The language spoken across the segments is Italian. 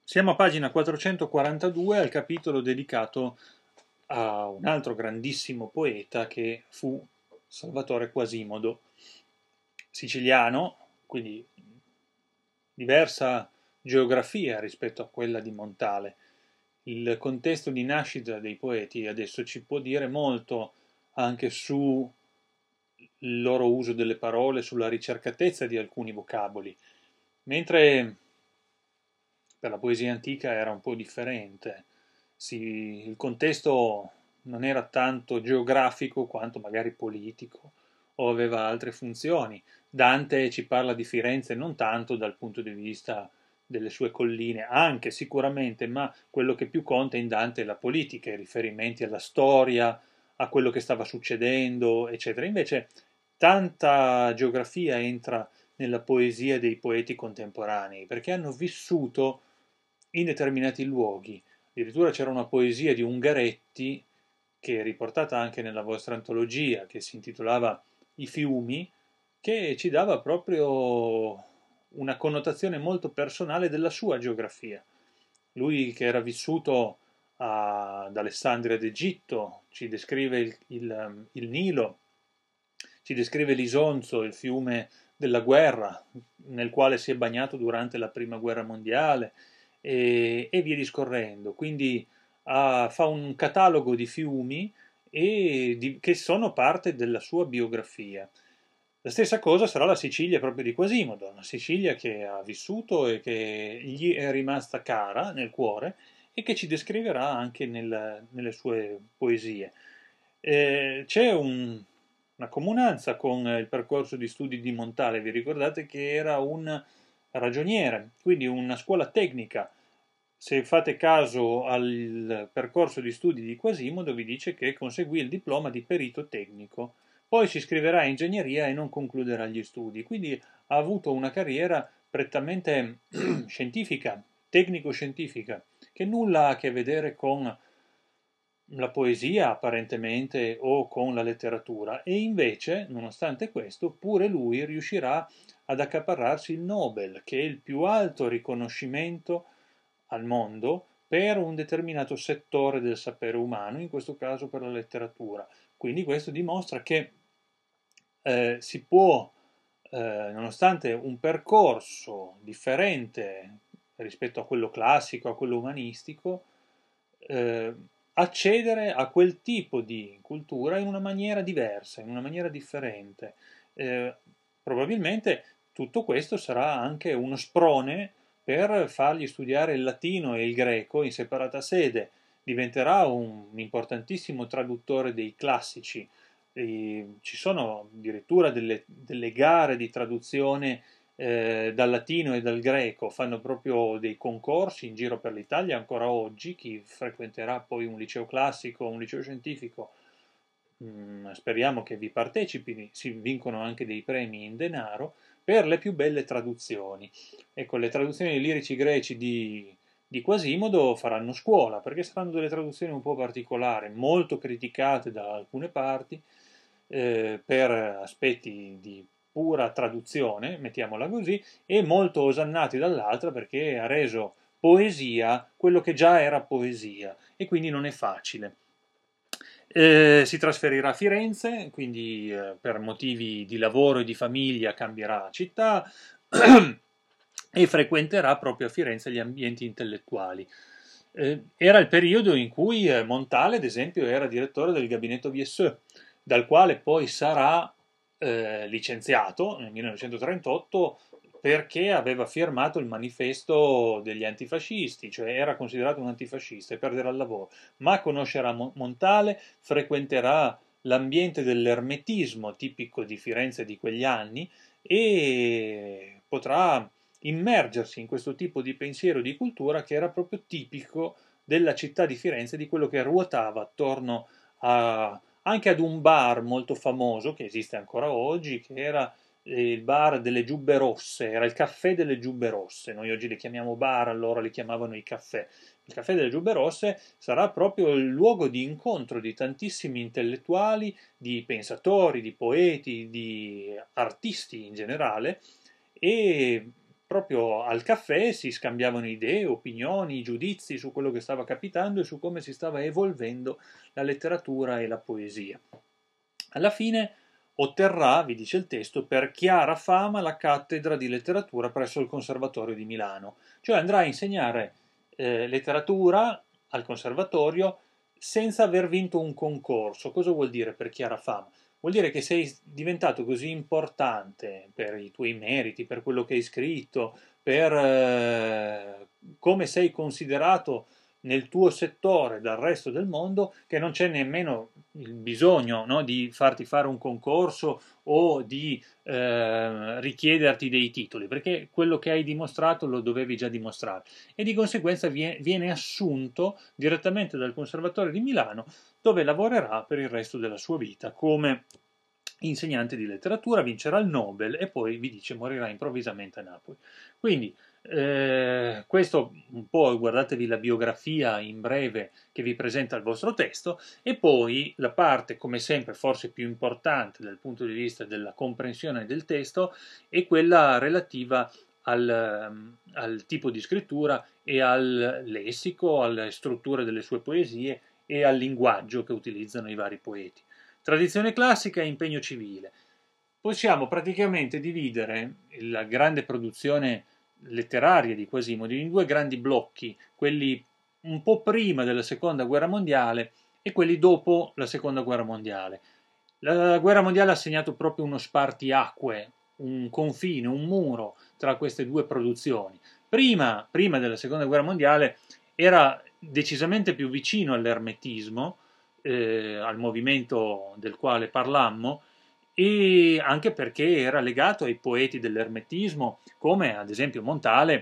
Siamo a pagina 442 al capitolo dedicato a un altro grandissimo poeta che fu Salvatore Quasimodo, siciliano, quindi diversa geografia rispetto a quella di Montale. Il contesto di nascita dei poeti adesso ci può dire molto anche sul loro uso delle parole, sulla ricercatezza di alcuni vocaboli, mentre per la poesia antica era un po' differente. Il contesto non era tanto geografico quanto magari politico o aveva altre funzioni. Dante ci parla di Firenze non tanto dal punto di vista delle sue colline, anche sicuramente, ma quello che più conta in Dante è la politica, i riferimenti alla storia, a quello che stava succedendo, eccetera. Invece tanta geografia entra nella poesia dei poeti contemporanei, perché hanno vissuto in determinati luoghi. Addirittura c'era una poesia di Ungaretti, che è riportata anche nella vostra antologia, che si intitolava I fiumi, che ci dava proprio una connotazione molto personale della sua geografia. Lui che era vissuto ad Alessandria d'Egitto, ci descrive il Nilo, ci descrive l'Isonzo, il fiume della guerra, nel quale si è bagnato durante la prima guerra mondiale, e via discorrendo. Quindi fa un catalogo di fiumi che sono parte della sua biografia. La stessa cosa sarà la Sicilia proprio di Quasimodo, una Sicilia che ha vissuto e che gli è rimasta cara nel cuore e che ci descriverà anche nelle sue poesie. C'è una comunanza con il percorso di studi di Montale, vi ricordate che era un ragioniere, quindi una scuola tecnica. Se fate caso al percorso di studi di Quasimodo, vi dice che conseguì il diploma di perito tecnico, poi si iscriverà in ingegneria e non concluderà gli studi, quindi ha avuto una carriera prettamente scientifica, tecnico-scientifica, che nulla ha a che vedere con la poesia apparentemente o con la letteratura, e invece, nonostante questo, pure lui riuscirà ad accaparrarsi il Nobel, che è il più alto riconoscimento al mondo per un determinato settore del sapere umano, in questo caso per la letteratura. Quindi questo dimostra che si può, nonostante un percorso differente rispetto a quello classico, a quello umanistico, eh, accedere a quel tipo di cultura in una maniera diversa, in una maniera differente. Eh, Probabilmente tutto questo sarà anche uno sprone per fargli studiare il latino e il greco in separata sede. Diventerà un importantissimo traduttore dei classici. Ci sono addirittura delle gare di traduzione dal latino e dal greco, fanno proprio dei concorsi in giro per l'Italia ancora oggi. Chi frequenterà poi un liceo classico, un liceo scientifico, speriamo che vi partecipi, si vincono anche dei premi in denaro per le più belle traduzioni. Ecco, le traduzioni lirici greci di Quasimodo faranno scuola, perché saranno delle traduzioni un po' particolari, molto criticate da alcune parti, per aspetti di pura traduzione, mettiamola così, e molto osannati dall'altra perché ha reso poesia quello che già era poesia, e quindi non è facile. Si trasferirà a Firenze, quindi per motivi di lavoro e di famiglia cambierà città e frequenterà proprio a Firenze gli ambienti intellettuali. Era il periodo in cui Montale, ad esempio, era direttore del gabinetto Viesseux, dal quale poi sarà licenziato nel 1938 perché aveva firmato il manifesto degli antifascisti, cioè era considerato un antifascista e perderà il lavoro, ma conoscerà Montale, frequenterà l'ambiente dell'ermetismo tipico di Firenze di quegli anni e potrà immergersi in questo tipo di pensiero, di cultura che era proprio tipico della città di Firenze, di quello che ruotava attorno anche ad un bar molto famoso che esiste ancora oggi, che era il bar delle Giubbe Rosse, era il caffè delle Giubbe Rosse. Noi oggi li chiamiamo bar, allora li chiamavano i caffè. Il caffè delle Giubbe Rosse sarà proprio il luogo di incontro di tantissimi intellettuali, di pensatori, di poeti, di artisti in generale, e proprio al caffè si scambiavano idee, opinioni, giudizi su quello che stava capitando e su come si stava evolvendo la letteratura e la poesia. Alla fine otterrà, vi dice il testo, per chiara fama la cattedra di letteratura presso il Conservatorio di Milano, cioè andrà a insegnare letteratura al conservatorio senza aver vinto un concorso. Cosa vuol dire per chiara fama? Vuol dire che sei diventato così importante per i tuoi meriti, per quello che hai scritto, per come sei considerato nel tuo settore dal resto del mondo, che non c'è nemmeno il bisogno, no, di farti fare un concorso o di richiederti dei titoli, perché quello che hai dimostrato lo dovevi già dimostrare e di conseguenza viene assunto direttamente dal Conservatorio di Milano, dove lavorerà per il resto della sua vita come insegnante di letteratura, vincerà il Nobel e poi, vi dice, morirà improvvisamente a Napoli. Quindi questo un po', guardatevi la biografia in breve che vi presenta il vostro testo, e poi la parte, come sempre, forse più importante dal punto di vista della comprensione del testo è quella relativa al tipo di scrittura e al lessico, alle strutture delle sue poesie e al linguaggio che utilizzano i vari poeti. Tradizione classica e impegno civile. Possiamo praticamente dividere la grande produzione letteraria di Quasimodo in due grandi blocchi, quelli un po' prima della seconda guerra mondiale e quelli dopo la seconda guerra mondiale. La guerra mondiale ha segnato proprio uno spartiacque, un confine, un muro tra queste due produzioni. Prima della seconda guerra mondiale era decisamente più vicino all'ermetismo, al movimento del quale parlammo, e anche perché era legato ai poeti dell'ermetismo, come ad esempio Montale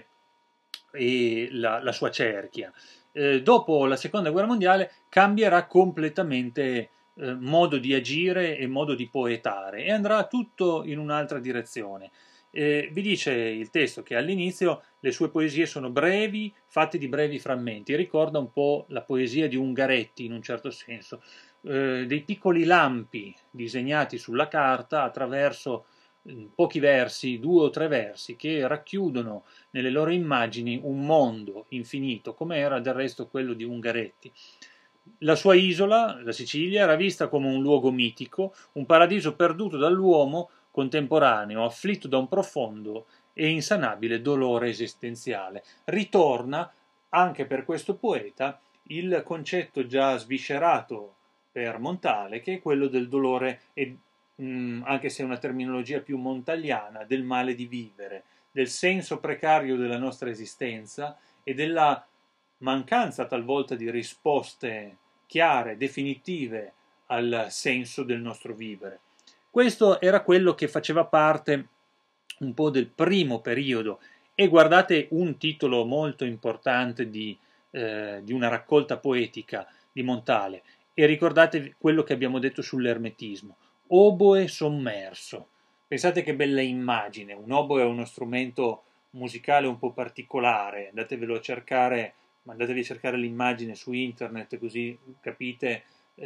e la sua cerchia. Dopo la seconda guerra mondiale cambierà completamente modo di agire e modo di poetare e andrà tutto in un'altra direzione. Vi dice il testo che all'inizio le sue poesie sono brevi, fatte di brevi frammenti, ricorda un po' la poesia di Ungaretti in un certo senso, dei piccoli lampi disegnati sulla carta attraverso pochi versi, 2 o 3 versi, che racchiudono nelle loro immagini un mondo infinito, come era del resto quello di Ungaretti. La sua isola, la Sicilia, era vista come un luogo mitico, un paradiso perduto dall'uomo contemporaneo, afflitto da un profondo e insanabile dolore esistenziale. Ritorna anche per questo poeta il concetto già sviscerato per Montale, che è quello del dolore e anche se è una terminologia più montagliana, del male di vivere, del senso precario della nostra esistenza e della mancanza talvolta di risposte chiare, definitive al senso del nostro vivere. Questo era quello che faceva parte un po' del primo periodo, e guardate un titolo molto importante di una raccolta poetica di Montale, e ricordate quello che abbiamo detto sull'ermetismo. Oboe sommerso. Pensate che bella immagine, un oboe è uno strumento musicale un po' particolare, andatevelo a cercare, mandatevi a cercare l'immagine su internet così capite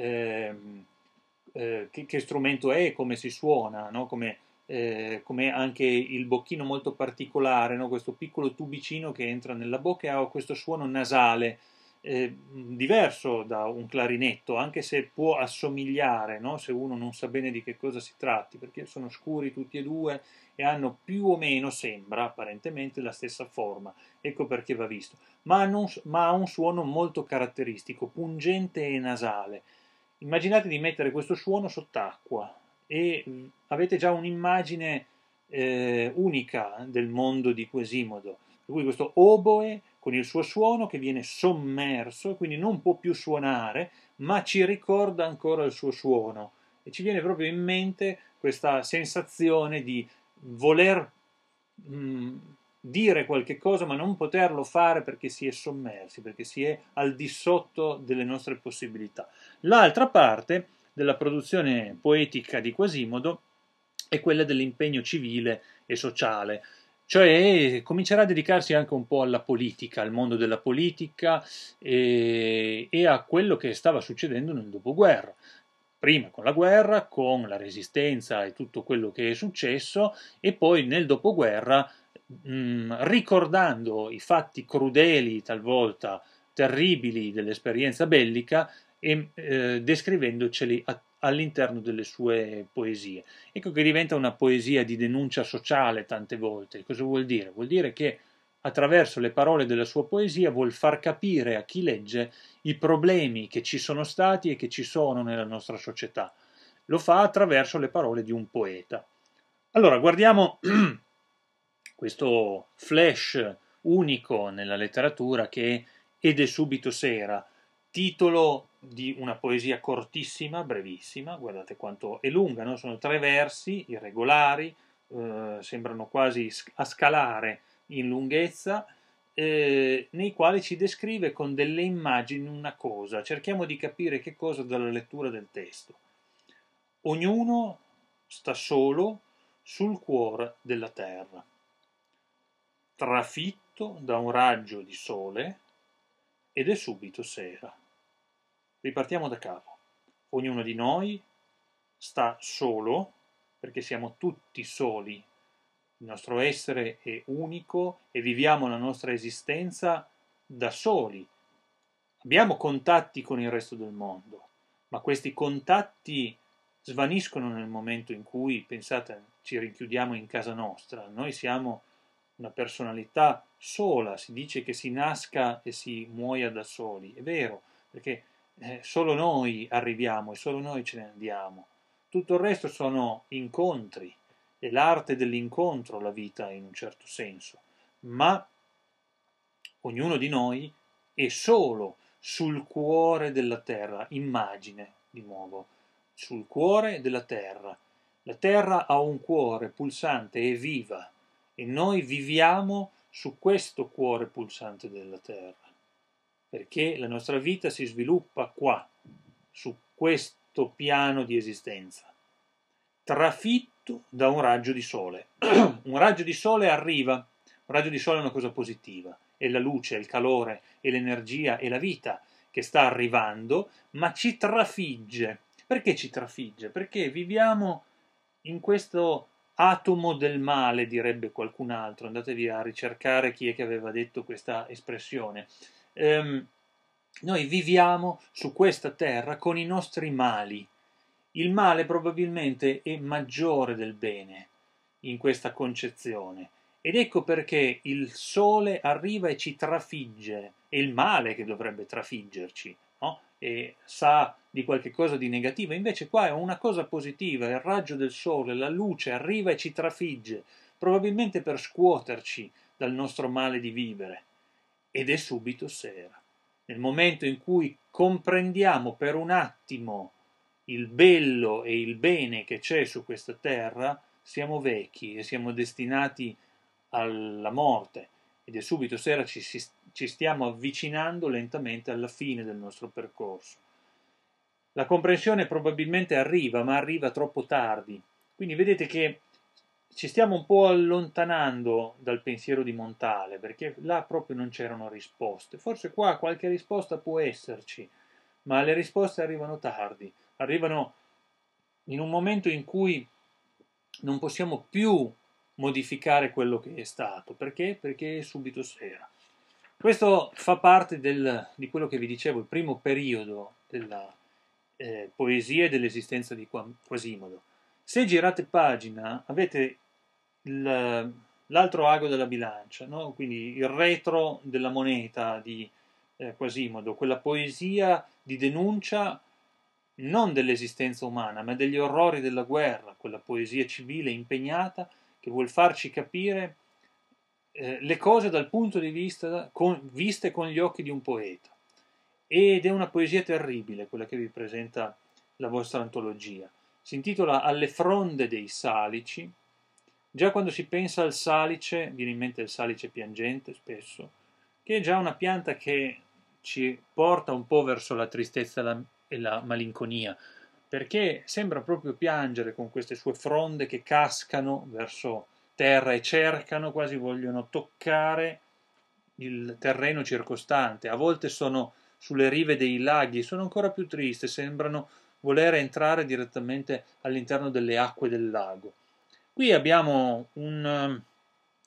che strumento è e come si suona, no? Come anche il bocchino molto particolare, no? Questo piccolo tubicino che entra nella bocca e ha questo suono nasale diverso da un clarinetto, anche se può assomigliare, no? Se uno non sa bene di che cosa si tratti, perché sono scuri tutti e due e hanno più o meno, sembra apparentemente, la stessa forma. Ecco perché va visto. Ma ha un suono molto caratteristico, pungente e nasale. Immaginate di mettere questo suono sott'acqua e avete già un'immagine unica del mondo di Quasimodo. Per cui questo oboe con il suo suono che viene sommerso, quindi non può più suonare, ma ci ricorda ancora il suo suono. E ci viene proprio in mente questa sensazione di voler dire qualche cosa ma non poterlo fare perché si è sommersi, perché si è al di sotto delle nostre possibilità. L'altra parte della produzione poetica di Quasimodo è quella dell'impegno civile e sociale, cioè comincerà a dedicarsi anche un po' alla politica, al mondo della politica e a quello che stava succedendo nel dopoguerra. Prima con la guerra, con la resistenza e tutto quello che è successo, e poi nel dopoguerra ricordando i fatti crudeli, talvolta terribili dell'esperienza bellica e descrivendoceli all'interno delle sue poesie. Ecco che diventa una poesia di denuncia sociale tante volte. Cosa vuol dire? Vuol dire che attraverso le parole della sua poesia vuol far capire a chi legge i problemi che ci sono stati e che ci sono nella nostra società. Lo fa attraverso le parole di un poeta. Allora, guardiamo questo flash unico nella letteratura che è Ed è subito sera, titolo di una poesia cortissima, brevissima, guardate quanto è lunga, no? Sono 3 versi irregolari, sembrano quasi a scalare in lunghezza, nei quali ci descrive con delle immagini una cosa. Cerchiamo di capire che cosa dalla lettura del testo. Ognuno sta solo sul cuore della terra, trafitto da un raggio di sole, ed è subito sera. Ripartiamo da capo. Ognuno di noi sta solo, perché siamo tutti soli. Il nostro essere è unico e viviamo la nostra esistenza da soli. Abbiamo contatti con il resto del mondo, ma questi contatti svaniscono nel momento in cui, pensate, ci rinchiudiamo in casa nostra. Noi siamo una personalità sola, si dice che si nasca e si muoia da soli. È vero, perché solo noi arriviamo e solo noi ce ne andiamo. Tutto il resto sono incontri, è l'arte dell'incontro la vita in un certo senso, ma ognuno di noi è solo sul cuore della terra, immagine di nuovo, sul cuore della terra. La terra ha un cuore pulsante e viva e noi viviamo su questo cuore pulsante della terra, perché la nostra vita si sviluppa qua, su questo piano di esistenza, trafitto da un raggio di sole. Un raggio di sole arriva, un raggio di sole è una cosa positiva, è la luce, è il calore, è l'energia, è la vita che sta arrivando, ma ci trafigge. Perché ci trafigge? Perché viviamo in questo atomo del male, direbbe qualcun altro. Andatevi a ricercare chi è che aveva detto questa espressione. Noi viviamo su questa terra con i nostri mali. Il male probabilmente è maggiore del bene in questa concezione. Ed ecco perché il sole arriva e ci trafigge, è il male che dovrebbe trafiggerci, no? E sa di qualche cosa di negativo, invece qua è una cosa positiva, il raggio del sole, la luce arriva e ci trafigge, probabilmente per scuoterci dal nostro male di vivere. Ed è subito sera. Nel momento in cui comprendiamo per un attimo il bello e il bene che c'è su questa terra, siamo vecchi e siamo destinati alla morte ed è subito sera, ci stiamo avvicinando lentamente alla fine del nostro percorso. La comprensione probabilmente arriva, ma arriva troppo tardi. Quindi vedete che ci stiamo un po' allontanando dal pensiero di Montale, perché là proprio non c'erano risposte. Forse qua qualche risposta può esserci, ma le risposte arrivano tardi, arrivano in un momento in cui non possiamo più modificare quello che è stato. Perché? Perché è subito sera. Questo fa parte di quello che vi dicevo, il primo periodo della poesia e dell'esistenza di Quasimodo. Se girate pagina avete l'altro ago della bilancia, no? Quindi il retro della moneta di Quasimodo, quella poesia di denuncia non dell'esistenza umana, ma degli orrori della guerra, quella poesia civile impegnata che vuol farci capire le cose dal punto di vista viste con gli occhi di un poeta. Ed è una poesia terribile quella che vi presenta la vostra antologia. Si intitola Alle fronde dei salici. Già quando si pensa al salice, viene in mente il salice piangente spesso, che è già una pianta che ci porta un po' verso la tristezza e la malinconia, perché sembra proprio piangere con queste sue fronde che cascano verso terra e cercano, quasi vogliono toccare il terreno circostante. A volte sono sulle rive dei laghi, sono ancora più triste, sembrano voler entrare direttamente all'interno delle acque del lago. Qui abbiamo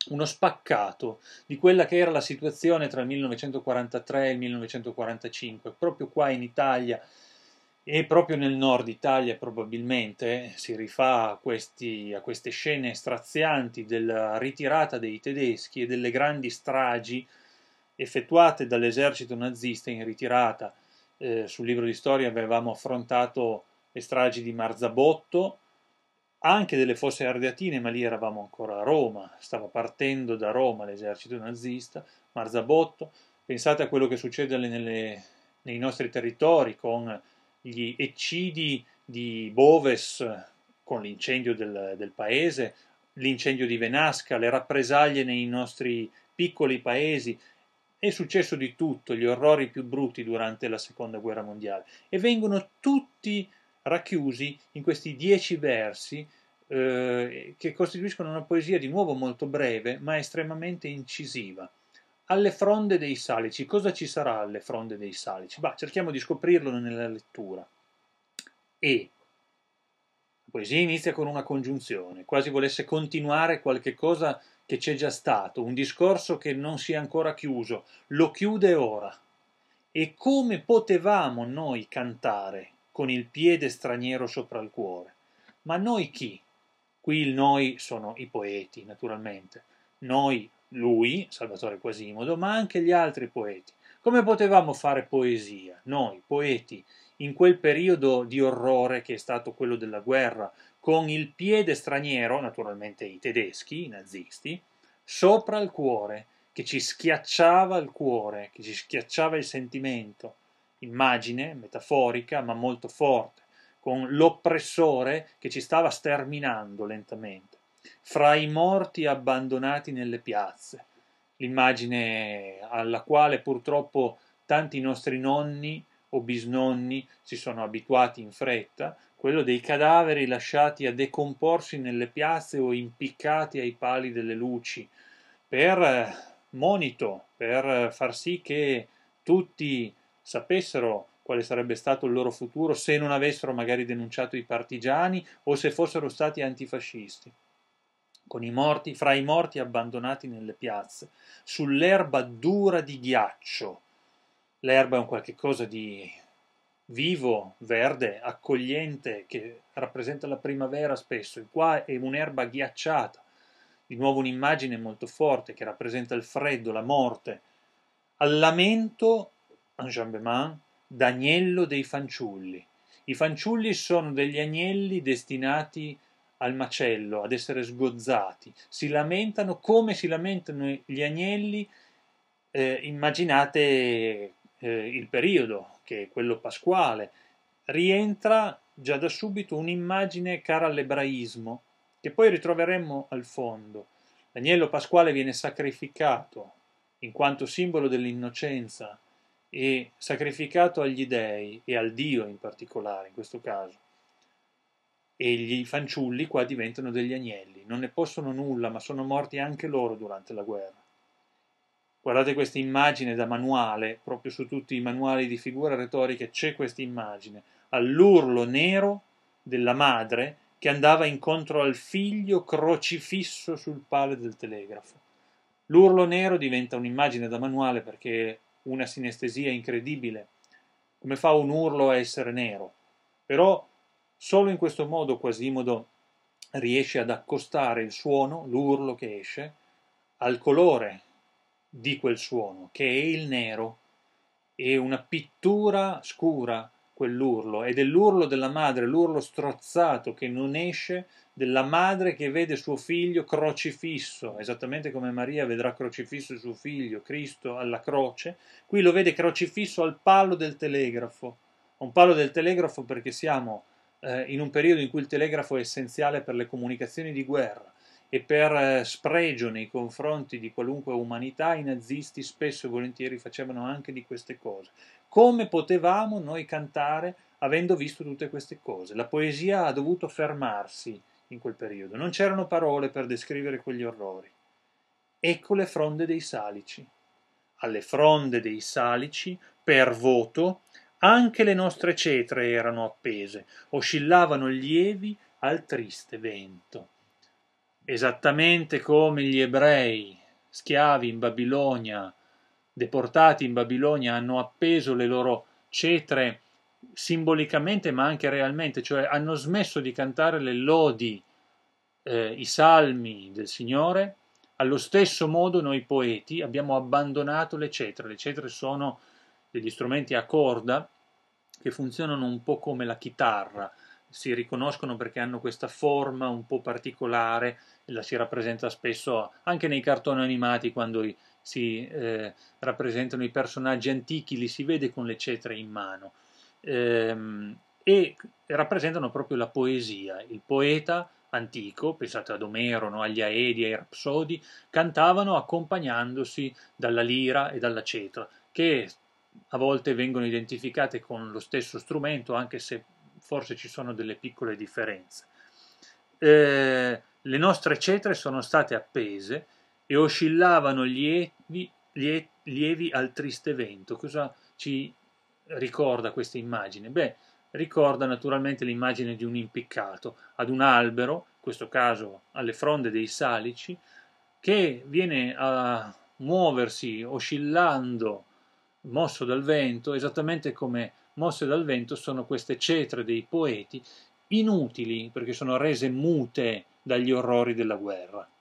uno spaccato di quella che era la situazione tra il 1943 e il 1945, proprio qua in Italia e proprio nel nord Italia probabilmente si rifà a queste scene strazianti della ritirata dei tedeschi e delle grandi stragi effettuate dall'esercito nazista in ritirata. Sul libro di storia avevamo affrontato le stragi di Marzabotto, anche delle Fosse Ardeatine, ma lì eravamo ancora a Roma, stava partendo da Roma l'esercito nazista, Marzabotto. Pensate a quello che succede nei nostri territori con gli eccidi di Boves, con l'incendio del paese, l'incendio di Venasca, le rappresaglie nei nostri piccoli paesi. È successo di tutto, gli orrori più brutti durante la seconda guerra mondiale, e vengono tutti racchiusi in questi 10 versi che costituiscono una poesia di nuovo molto breve ma estremamente incisiva. Alle fronde dei Salici, cosa ci sarà alle fronde dei Salici? Bah, cerchiamo di scoprirlo nella lettura. E la poesia inizia con una congiunzione, quasi volesse continuare qualche cosa che c'è già stato, un discorso che non si è ancora chiuso, lo chiude ora. E come potevamo noi cantare con il piede straniero sopra il cuore? Ma noi chi? Qui il noi sono i poeti, naturalmente. Noi, lui, Salvatore Quasimodo, ma anche gli altri poeti. Come potevamo fare poesia, noi, poeti, in quel periodo di orrore che è stato quello della guerra, con il piede straniero, naturalmente i tedeschi, i nazisti, sopra il cuore, che ci schiacciava il cuore, che ci schiacciava il sentimento, immagine metaforica ma molto forte, con l'oppressore che ci stava sterminando lentamente, fra i morti abbandonati nelle piazze, l'immagine alla quale purtroppo tanti nostri nonni o bisnonni si sono abituati in fretta, quello dei cadaveri lasciati a decomporsi nelle piazze o impiccati ai pali delle luci, per monito, per far sì che tutti sapessero quale sarebbe stato il loro futuro se non avessero magari denunciato i partigiani o se fossero stati antifascisti. Con i morti, fra i morti abbandonati nelle piazze, sull'erba dura di ghiaccio. L'erba è un qualche cosa di vivo, verde, accogliente, che rappresenta la primavera spesso, e qua è un'erba ghiacciata, di nuovo un'immagine molto forte che rappresenta il freddo, la morte. Al lamento, enjambement, d'agnello dei fanciulli. I fanciulli sono degli agnelli destinati al macello, ad essere sgozzati. Si lamentano come si lamentano gli agnelli. Immaginate il periodo, che è quello pasquale. Rientra già da subito un'immagine cara all'ebraismo, che poi ritroveremmo al fondo. L'agnello pasquale viene sacrificato in quanto simbolo dell'innocenza e sacrificato agli dei e al Dio in particolare in questo caso. E i fanciulli qua diventano degli agnelli, non ne possono nulla, ma sono morti anche loro durante la guerra. Guardate questa immagine da manuale, proprio su tutti i manuali di figure retoriche c'è questa immagine, all'urlo nero della madre che andava incontro al figlio crocifisso sul palo del telegrafo. L'urlo nero diventa un'immagine da manuale perché è una sinestesia incredibile. Come fa un urlo a essere nero? Però solo in questo modo Quasimodo riesce ad accostare il suono, l'urlo che esce, al colore di quel suono, che è il nero, è una pittura scura quell'urlo, ed è l'urlo della madre, l'urlo strozzato che non esce, della madre che vede suo figlio crocifisso, esattamente come Maria vedrà crocifisso suo figlio, Cristo alla croce, qui lo vede crocifisso al palo del telegrafo, un palo del telegrafo perché siamo in un periodo in cui il telegrafo è essenziale per le comunicazioni di guerra, e per spregio nei confronti di qualunque umanità i nazisti spesso e volentieri facevano anche di queste cose. Come potevamo noi cantare avendo visto tutte queste cose? La poesia ha dovuto fermarsi in quel periodo, non c'erano parole per descrivere quegli orrori. Ecco le fronde dei Salici. Alle fronde dei Salici, per voto, anche le nostre cetre erano appese, oscillavano lievi al triste vento. esattamente come gli ebrei schiavi in Babilonia, deportati in Babilonia, hanno appeso le loro cetre simbolicamente ma anche realmente, cioè hanno smesso di cantare le lodi, i salmi del Signore. Allo stesso modo noi poeti abbiamo abbandonato le cetre. Le cetre sono degli strumenti a corda che funzionano un po' come la chitarra, si riconoscono perché hanno questa forma un po' particolare, la si rappresenta spesso anche nei cartoni animati quando si rappresentano i personaggi antichi, li si vede con le cetre in mano. E rappresentano proprio la poesia. Il poeta antico, pensate ad Omero, no? Agli Aedi, ai Rapsodi, cantavano accompagnandosi dalla lira e dalla cetra, che a volte vengono identificate con lo stesso strumento, anche se forse ci sono delle piccole differenze. Le nostre cetre sono state appese e oscillavano lievi al triste vento. Cosa ci ricorda questa immagine? Beh, ricorda naturalmente l'immagine di un impiccato ad un albero, in questo caso alle fronde dei salici, che viene a muoversi oscillando, mosso dal vento, esattamente come mosse dal vento sono queste cetre dei poeti, inutili perché sono rese mute dagli orrori della guerra.